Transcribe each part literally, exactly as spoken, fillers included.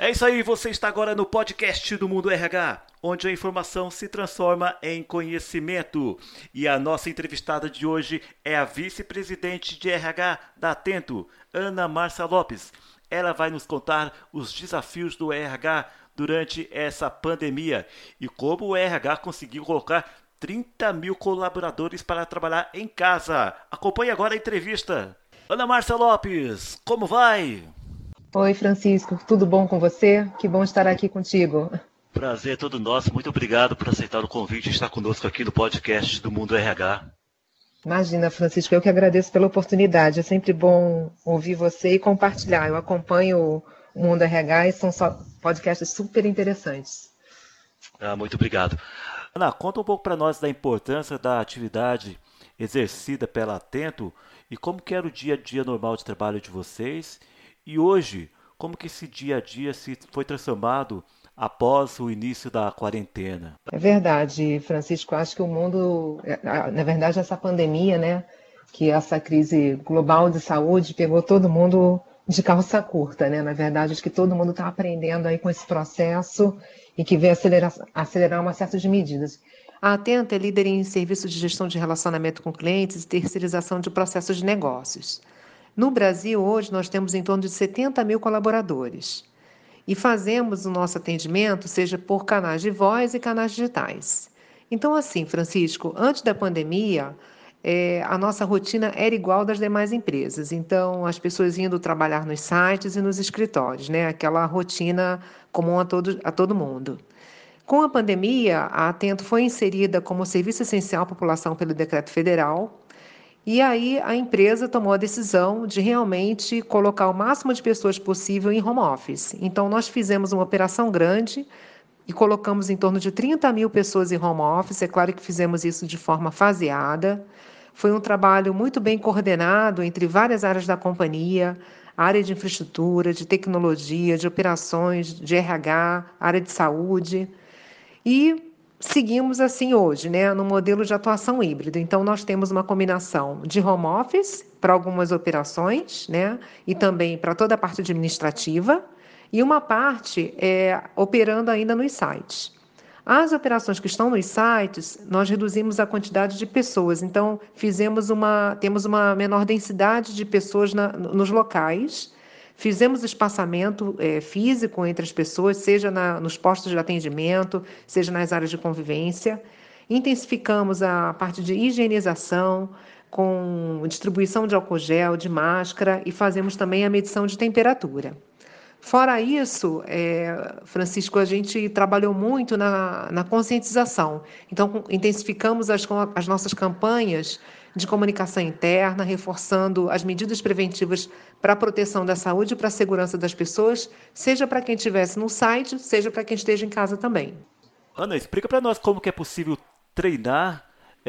É isso aí, você está agora no podcast do Mundo R H, onde a informação se transforma em conhecimento. E a nossa entrevistada de hoje é a vice-presidente de R H da Atento, Ana Márcia Lopes. Ela vai nos contar os desafios do R H durante essa pandemia e como o R H conseguiu colocar trinta mil colaboradores para trabalhar em casa. Acompanhe agora a entrevista. Ana Márcia Lopes, como vai? Oi, Francisco, tudo bom com você? Que bom estar aqui contigo. Prazer é todo nosso. Muito obrigado por aceitar o convite e estar conosco aqui no podcast do Mundo R H. Imagina, Francisco, eu que agradeço pela oportunidade. É sempre bom ouvir você e compartilhar. Eu acompanho o Mundo R H e são só podcasts super interessantes. Ah, muito obrigado. Ana, conta um pouco para nós da importância da atividade exercida pela Atento e como que era o dia a dia normal de trabalho de vocês. E hoje, como que esse dia a dia se foi transformado após o início da quarentena? É verdade, Francisco. Acho que o mundo, na verdade, essa pandemia, né, que essa crise global de saúde pegou todo mundo de calça curta, né? Na verdade, acho que todo mundo está aprendendo aí com esse processo e que veio acelerar, acelerar uma série de medidas. A Atento é líder em serviços de gestão de relacionamento com clientes e terceirização de processos de negócios. No Brasil, hoje, nós temos em torno de setenta mil colaboradores e fazemos o nosso atendimento, seja por canais de voz e canais digitais. Então, assim, Francisco, antes da pandemia, é, a nossa rotina era igual das demais empresas. Então, as pessoas indo trabalhar nos sites e nos escritórios, né? Aquela rotina comum a todo, a todo mundo. Com a pandemia, a Atento foi inserida como serviço essencial à população pelo Decreto Federal. E aí a empresa tomou a decisão de realmente colocar o máximo de pessoas possível em home office. Então, nós fizemos uma operação grande e colocamos em torno de trinta mil pessoas em home office. É claro que fizemos isso de forma faseada. Foi um trabalho muito bem coordenado entre várias áreas da companhia, área de infraestrutura, de tecnologia, de operações, de R H, área de saúde. E seguimos assim hoje, né, no modelo de atuação híbrida. Então, nós temos uma combinação de home office para algumas operações, né, e também para toda a parte administrativa, e uma parte é, operando ainda nos sites. As operações que estão nos sites, nós reduzimos a quantidade de pessoas, então fizemos uma, temos uma menor densidade de pessoas na, nos locais. Fizemos espaçamento é, físico entre as pessoas, seja na, nos postos de atendimento, seja nas áreas de convivência. Intensificamos a parte de higienização, com distribuição de álcool gel, de máscara, e fazemos também a medição de temperatura. Fora isso, é, Francisco, a gente trabalhou muito na, na conscientização. Então, intensificamos as, as nossas campanhas de comunicação interna, reforçando as medidas preventivas para a proteção da saúde e para a segurança das pessoas, seja para quem estivesse no site, seja para quem esteja em casa também. Ana, explica para nós como que é possível treinar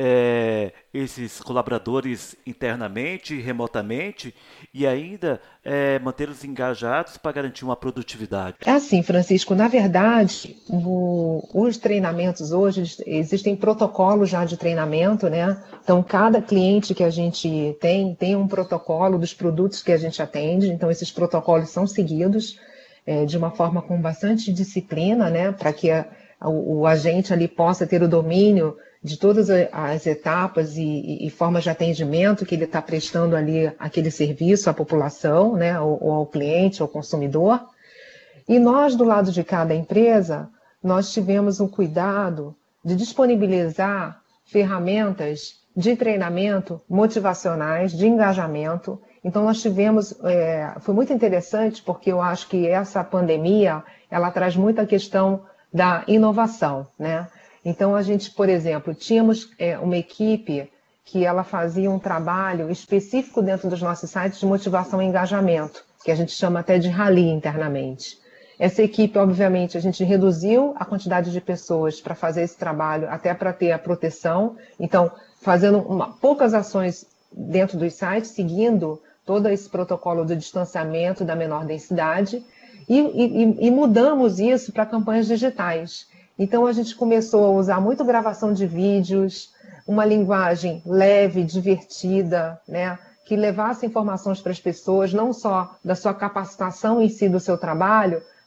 é, esses colaboradores internamente, remotamente, e ainda é, mantê-los engajados para garantir uma produtividade. É assim, Francisco, na verdade, o, os treinamentos hoje, existem protocolos já de treinamento, né? Então, cada cliente que a gente tem, tem um protocolo dos produtos que a gente atende, então esses protocolos são seguidos é, de uma forma com bastante disciplina, né? Para que a, o, o agente ali possa ter o domínio de todas as etapas e, e formas de atendimento que ele está prestando ali aquele serviço à população, né, ou, ou ao cliente, ao consumidor. E nós, do lado de cada empresa, nós tivemos o cuidado de disponibilizar ferramentas de treinamento motivacionais, de engajamento. Então, nós tivemos, é, foi muito interessante porque eu acho que essa pandemia, ela traz muita questão da inovação, né? Então, a gente, por exemplo, tínhamos é, uma equipe que ela fazia um trabalho específico dentro dos nossos sites de motivação e engajamento, que a gente chama até de rally internamente. Essa equipe, obviamente, a gente reduziu a quantidade de pessoas para fazer esse trabalho, até para ter a proteção. Então, fazendo uma, poucas ações dentro dos sites, seguindo todo esse protocolo do distanciamento da menor densidade, e, e, e mudamos isso para campanhas digitais. Então, a gente começou a usar muito gravação de vídeos, uma linguagem leve, divertida, né, que levasse informações para as pessoas, não só da sua capacitação em si do seu trabalho,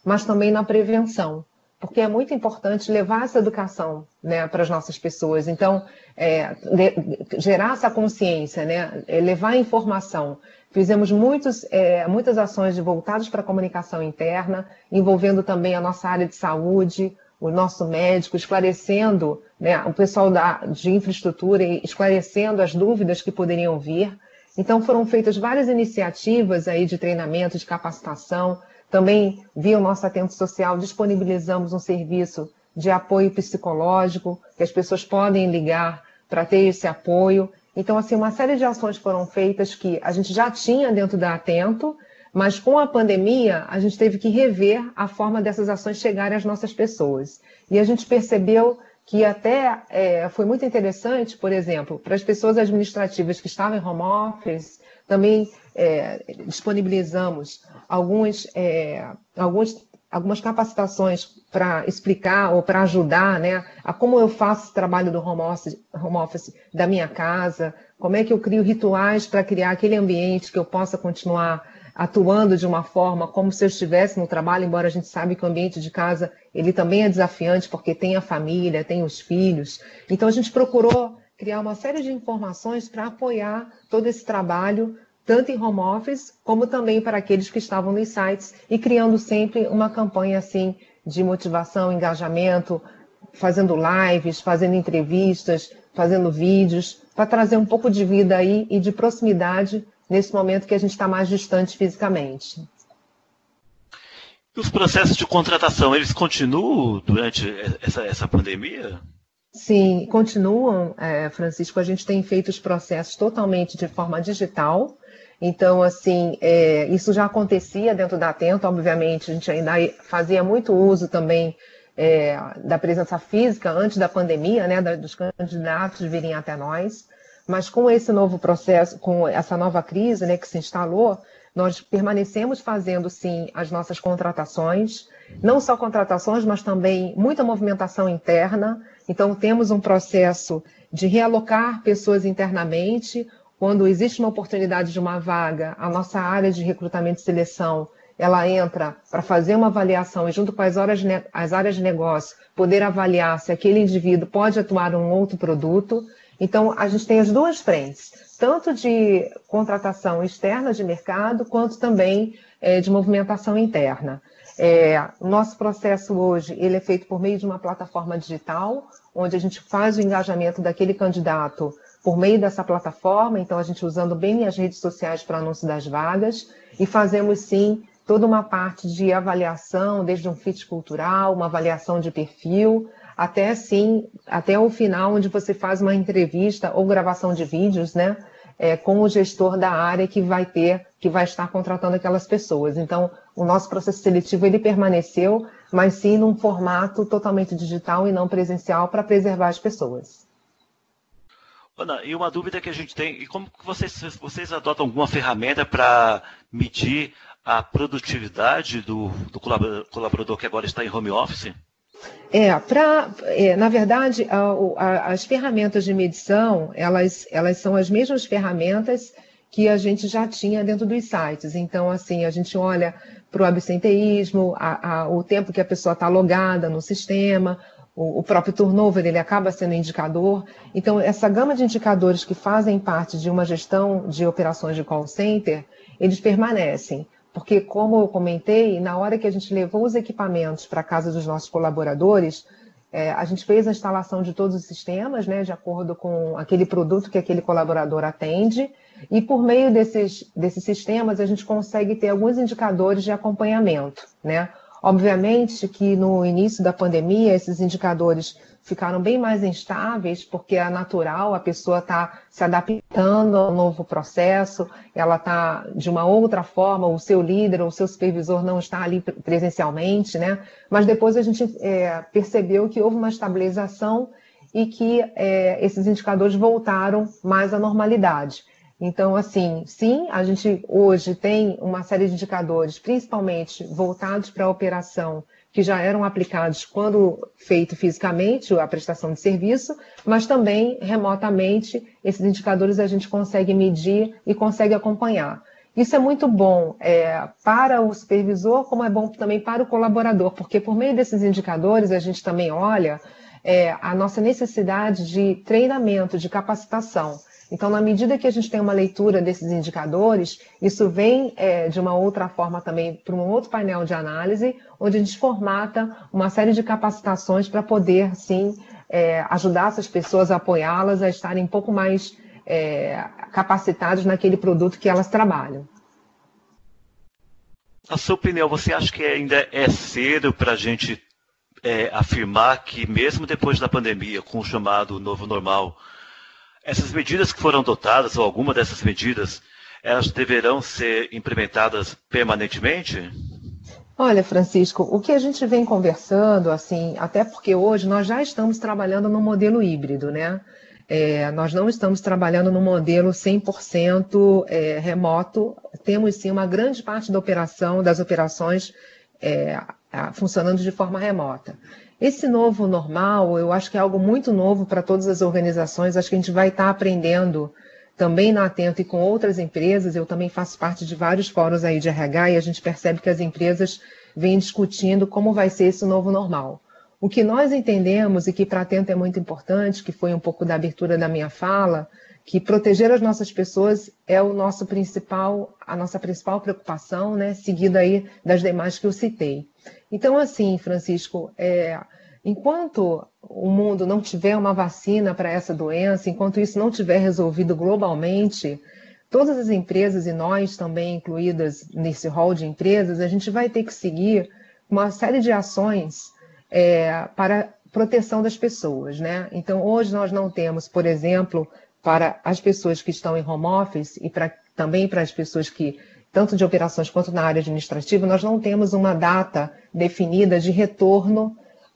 mas também na prevenção, porque é muito importante levar essa educação, né, para as nossas pessoas. Então, é, de, gerar essa consciência, né, é, levar informação. Fizemos muitos, é, muitas ações voltadas para a comunicação interna, envolvendo também a nossa área de saúde, o nosso médico, esclarecendo, né, o pessoal da, de infraestrutura, esclarecendo as dúvidas que poderiam vir. Então, foram feitas várias iniciativas aí de treinamento, de capacitação. Também, via o nosso Atento Social, disponibilizamos um serviço de apoio psicológico, que as pessoas podem ligar para ter esse apoio. Então, assim, uma série de ações foram feitas que a gente já tinha dentro da Atento, mas com a pandemia, a gente teve que rever a forma dessas ações chegarem às nossas pessoas. E a gente percebeu que até é, foi muito interessante, por exemplo, para as pessoas administrativas que estavam em home office, também é, disponibilizamos alguns, é, alguns, algumas capacitações para explicar ou para ajudar, né, a como eu faço esse trabalho do home office, home office da minha casa, como é que eu crio rituais para criar aquele ambiente que eu possa continuar atuando de uma forma como se eu estivesse no trabalho, embora a gente sabe que o ambiente de casa ele também é desafiante, porque tem a família, tem os filhos. Então, a gente procurou criar uma série de informações para apoiar todo esse trabalho, tanto em home office, como também para aqueles que estavam nos sites, e criando sempre uma campanha assim, de motivação, engajamento, fazendo lives, fazendo entrevistas, fazendo vídeos, para trazer um pouco de vida aí e de proximidade nesse momento que a gente está mais distante fisicamente. E os processos de contratação, eles continuam durante essa, essa pandemia? Sim, continuam, é, Francisco. A gente tem feito os processos totalmente de forma digital. Então, assim, é, isso já acontecia dentro da Atento, obviamente. A gente ainda fazia muito uso também é, da presença física antes da pandemia, né, dos candidatos virem até nós. Mas com esse novo processo, com essa nova crise, né, que se instalou, nós permanecemos fazendo, sim, as nossas contratações, não só contratações, mas também muita movimentação interna. Então, temos um processo de realocar pessoas internamente. Quando existe uma oportunidade de uma vaga, a nossa área de recrutamento e seleção, ela entra para fazer uma avaliação e, junto com as, horas, as áreas de negócio, poder avaliar se aquele indivíduo pode atuar em um outro produto. Então, a gente tem as duas frentes, tanto de contratação externa de mercado, quanto também é, de movimentação interna. É, o nosso processo hoje ele é feito por meio de uma plataforma digital, onde a gente faz o engajamento daquele candidato por meio dessa plataforma, então a gente usando bem as redes sociais para anúncio das vagas, e fazemos sim toda uma parte de avaliação, desde um fit cultural, uma avaliação de perfil, até sim, até o final, onde você faz uma entrevista ou gravação de vídeos, né, é, com o gestor da área que vai ter, que vai estar contratando aquelas pessoas. Então, o nosso processo seletivo, ele permaneceu, mas sim num formato totalmente digital e não presencial para preservar as pessoas. Ana, e uma dúvida que a gente tem, e como que vocês, vocês adotam alguma ferramenta para medir a produtividade do, do colaborador que agora está em home office? É, pra, é, na verdade, a, a, as ferramentas de medição, elas, elas são as mesmas ferramentas que a gente já tinha dentro dos sites. Então, assim, a gente olha para o absenteísmo, a, a, o tempo que a pessoa está logada no sistema, o, o próprio turnover, ele acaba sendo indicador. Então, essa gama de indicadores que fazem parte de uma gestão de operações de call center, eles permanecem. Porque, como eu comentei, na hora que a gente levou os equipamentos para a casa dos nossos colaboradores, é, a gente fez a instalação de todos os sistemas, né, de acordo com aquele produto que aquele colaborador atende, e por meio desses, desses sistemas a gente consegue ter alguns indicadores de acompanhamento, né? Obviamente que no início da pandemia esses indicadores ficaram bem mais instáveis, porque é natural, a pessoa está se adaptando ao novo processo, ela está de uma outra forma, o seu líder ou o seu supervisor não está ali presencialmente, né? Mas depois a gente é, percebeu que houve uma estabilização e que é, esses indicadores voltaram mais à normalidade. Então, assim, sim, a gente hoje tem uma série de indicadores, principalmente voltados para a operação, que já eram aplicados quando feito fisicamente a prestação de serviço, mas também remotamente esses indicadores a gente consegue medir e consegue acompanhar. Isso é muito bom é, para o supervisor, como é bom também para o colaborador, porque por meio desses indicadores a gente também olha é, a nossa necessidade de treinamento, de capacitação. Então, na medida que a gente tem uma leitura desses indicadores, isso vem é, de uma outra forma também para um outro painel de análise, onde a gente formata uma série de capacitações para poder, sim, é, ajudar essas pessoas, a apoiá-las a estarem um pouco mais é, capacitadas naquele produto que elas trabalham. Na sua opinião, você acha que ainda é cedo para a gente é, afirmar que mesmo depois da pandemia, com o chamado novo normal, essas medidas que foram adotadas, ou alguma dessas medidas, elas deverão ser implementadas permanentemente? Olha, Francisco, o que a gente vem conversando, assim, até porque hoje nós já estamos trabalhando no modelo híbrido, né? É, nós não estamos trabalhando no modelo cem por cento é, remoto, temos sim uma grande parte da operação, das operações é, funcionando de forma remota. Esse novo normal, eu acho que é algo muito novo para todas as organizações, acho que a gente vai estar aprendendo também na Atento e com outras empresas. Eu também faço parte de vários fóruns aí de R H e a gente percebe que as empresas vêm discutindo como vai ser esse novo normal. O que nós entendemos e que para a Atento é muito importante, que foi um pouco da abertura da minha fala, que proteger as nossas pessoas é o nosso principal, a nossa principal preocupação, né, seguida aí das demais que eu citei. Então, assim, Francisco, é, enquanto o mundo não tiver uma vacina para essa doença, enquanto isso não tiver resolvido globalmente, todas as empresas, e nós também incluídas nesse rol de empresas, a gente vai ter que seguir uma série de ações é, para proteção das pessoas, né? Então, hoje nós não temos, por exemplo, para as pessoas que estão em home office e pra, também para as pessoas que, tanto de operações quanto na área administrativa, nós não temos uma data definida de retorno,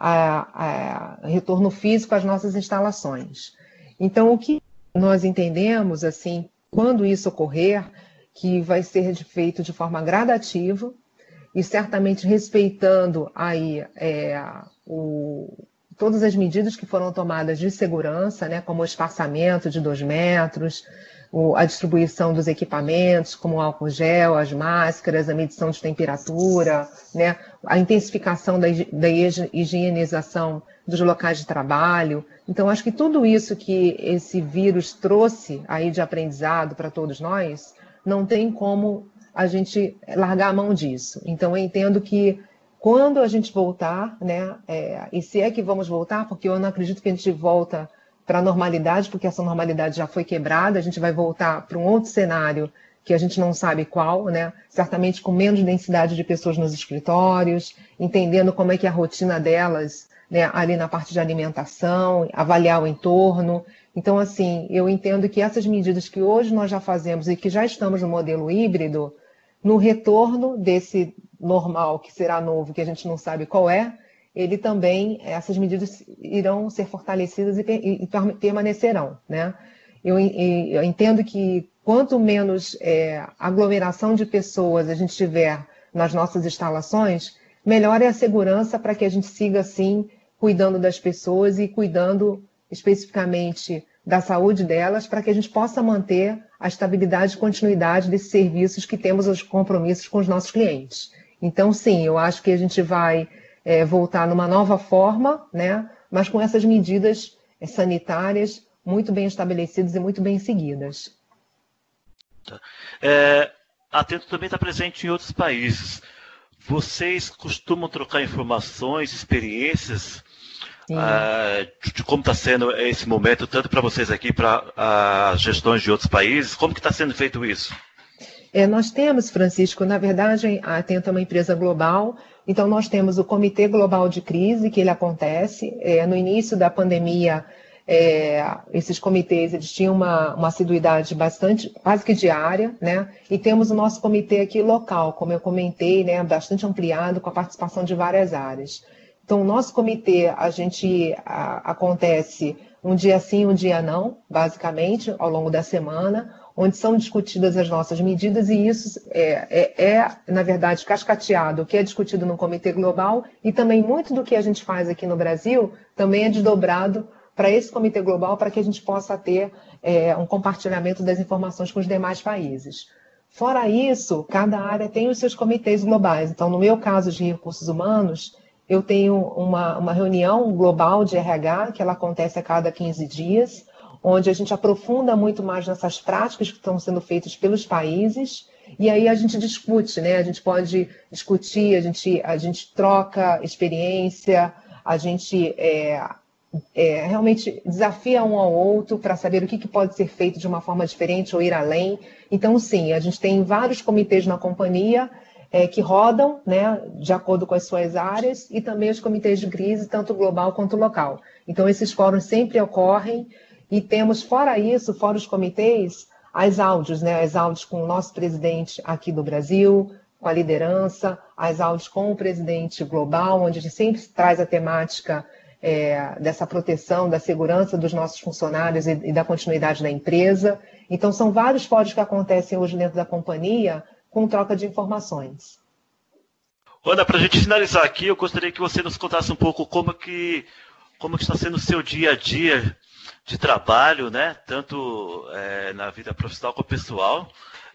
a, a, retorno físico às nossas instalações. Então, o que nós entendemos, assim, quando isso ocorrer, que vai ser feito de forma gradativa, e certamente respeitando aí é, o, todas as medidas que foram tomadas de segurança, né, como o espaçamento de dois metros, o, a distribuição dos equipamentos, como o álcool gel, as máscaras, a medição de temperatura, né, a intensificação da, da higienização dos locais de trabalho. Então, acho que tudo isso que esse vírus trouxe aí de aprendizado para todos nós, não tem como a gente largar a mão disso. Então, eu entendo que quando a gente voltar, né, é, e se é que vamos voltar, porque eu não acredito que a gente volta para a normalidade, porque essa normalidade já foi quebrada, a gente vai voltar para um outro cenário que a gente não sabe qual, né, certamente com menos densidade de pessoas nos escritórios, entendendo como é que é a rotina delas, né, ali na parte de alimentação, avaliar o entorno. Então, assim, eu entendo que essas medidas que hoje nós já fazemos e que já estamos no modelo híbrido, no retorno desse normal, que será novo, que a gente não sabe qual é, ele também, essas medidas irão ser fortalecidas e, e, e permanecerão, né? Eu, eu entendo que quanto menos é, aglomeração de pessoas a gente tiver nas nossas instalações, melhor é a segurança para que a gente siga, assim, cuidando das pessoas e cuidando especificamente da saúde delas, para que a gente possa manter a estabilidade e continuidade desses serviços que temos os compromissos com os nossos clientes. Então, sim, eu acho que a gente vai é, voltar numa nova forma, né, mas com essas medidas é, sanitárias muito bem estabelecidas e muito bem seguidas. Tá. É, a Atento também está presente em outros países. Vocês costumam trocar informações, experiências uh, de, de como está sendo esse momento, tanto para vocês aqui, para as gestões de outros países? Como que está sendo feito isso? É, nós temos, Francisco, na verdade, a Atento é uma empresa global, então nós temos o Comitê Global de Crise, que ele acontece. É, no início da pandemia, é, esses comitês eles tinham uma, uma assiduidade bastante, quase que diária, né? E temos o nosso comitê aqui local, como eu comentei, né, bastante ampliado, com a participação de várias áreas. Então, o nosso comitê, a gente a, acontece um dia sim, um dia não, basicamente, ao longo da semana, onde são discutidas as nossas medidas, e isso é, é, é, na verdade, cascateado, o que é discutido no Comitê Global, e também muito do que a gente faz aqui no Brasil também é desdobrado para esse Comitê Global, para que a gente possa ter é, um compartilhamento das informações com os demais países. Fora isso, cada área tem os seus comitês globais. Então, no meu caso de recursos humanos, eu tenho uma, uma reunião global de R H, que ela acontece a cada quinze dias, onde a gente aprofunda muito mais nessas práticas que estão sendo feitas pelos países, e aí a gente discute, né? A gente pode discutir, a gente, a gente troca experiência, a gente é, é, realmente desafia um ao outro para saber o que, que pode ser feito de uma forma diferente ou ir além. Então, sim, a gente tem vários comitês na companhia é, que rodam, né, de acordo com as suas áreas, e também os comitês de crise, tanto global quanto local. Então, esses fóruns sempre ocorrem, e temos, fora isso, fora os comitês, as áudios, né, as áudios com o nosso presidente aqui do Brasil, com a liderança, as áudios com o presidente global, onde a gente sempre traz a temática é, dessa proteção, da segurança dos nossos funcionários e, e da continuidade da empresa. Então, são vários fóruns que acontecem hoje dentro da companhia com troca de informações. Ana, para a gente finalizar aqui, eu gostaria que você nos contasse um pouco como que, como que está sendo o seu dia a dia de trabalho, né? Tanto é, na vida profissional como pessoal,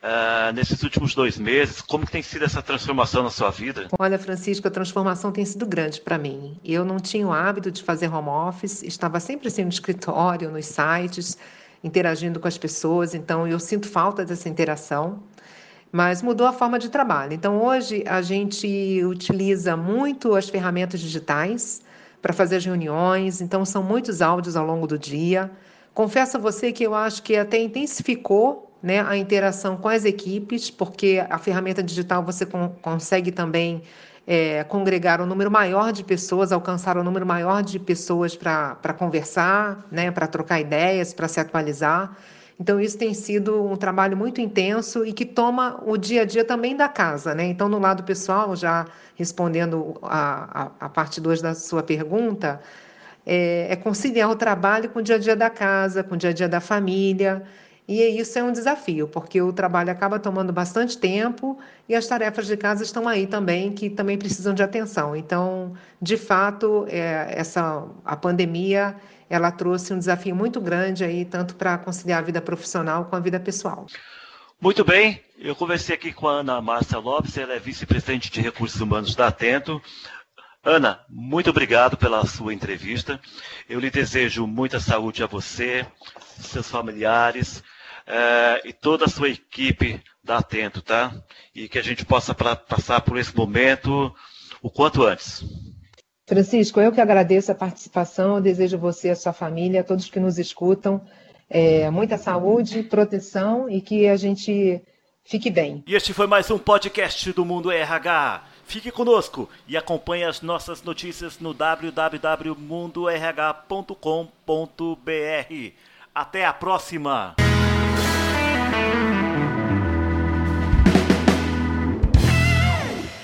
é, nesses últimos dois meses. Como que tem sido essa transformação na sua vida? Olha, Francisco, a transformação tem sido grande para mim. Eu não tinha o hábito de fazer home office, estava sempre assim no escritório, nos sites, interagindo com as pessoas, então eu sinto falta dessa interação, mas mudou a forma de trabalho. Então hoje a gente utiliza muito as ferramentas digitais para fazer as reuniões, então são muitos áudios ao longo do dia. Confesso a você que eu acho que até intensificou, né, a interação com as equipes, porque a ferramenta digital você con- consegue também é, congregar um número maior de pessoas, alcançar um número maior de pessoas para para conversar, né, para trocar ideias, para se atualizar. Então, isso tem sido um trabalho muito intenso e que toma o dia a dia também da casa, né? Então, no lado pessoal, já respondendo a, a, a parte dois da sua pergunta, é, é conciliar o trabalho com o dia a dia da casa, com o dia a dia da família. E isso é um desafio, porque o trabalho acaba tomando bastante tempo e as tarefas de casa estão aí também, que também precisam de atenção. Então, de fato, é, essa, a pandemia, ela trouxe um desafio muito grande aí, tanto para conciliar a vida profissional com a vida pessoal. Muito bem, eu conversei aqui com a Ana Márcia Lopes, ela é vice-presidente de Recursos Humanos da Atento. Ana, muito obrigado pela sua entrevista. Eu lhe desejo muita saúde a você, seus familiares é, e toda a sua equipe da Atento, tá? E que a gente possa pra, passar por esse momento o quanto antes. Francisco, eu que agradeço a participação, eu desejo a você, a sua família, a todos que nos escutam, é, muita saúde, proteção e que a gente fique bem. E este foi mais um podcast do Mundo R H. Fique conosco e acompanhe as nossas notícias no w w w ponto mundo r h ponto com ponto b r. Até a próxima!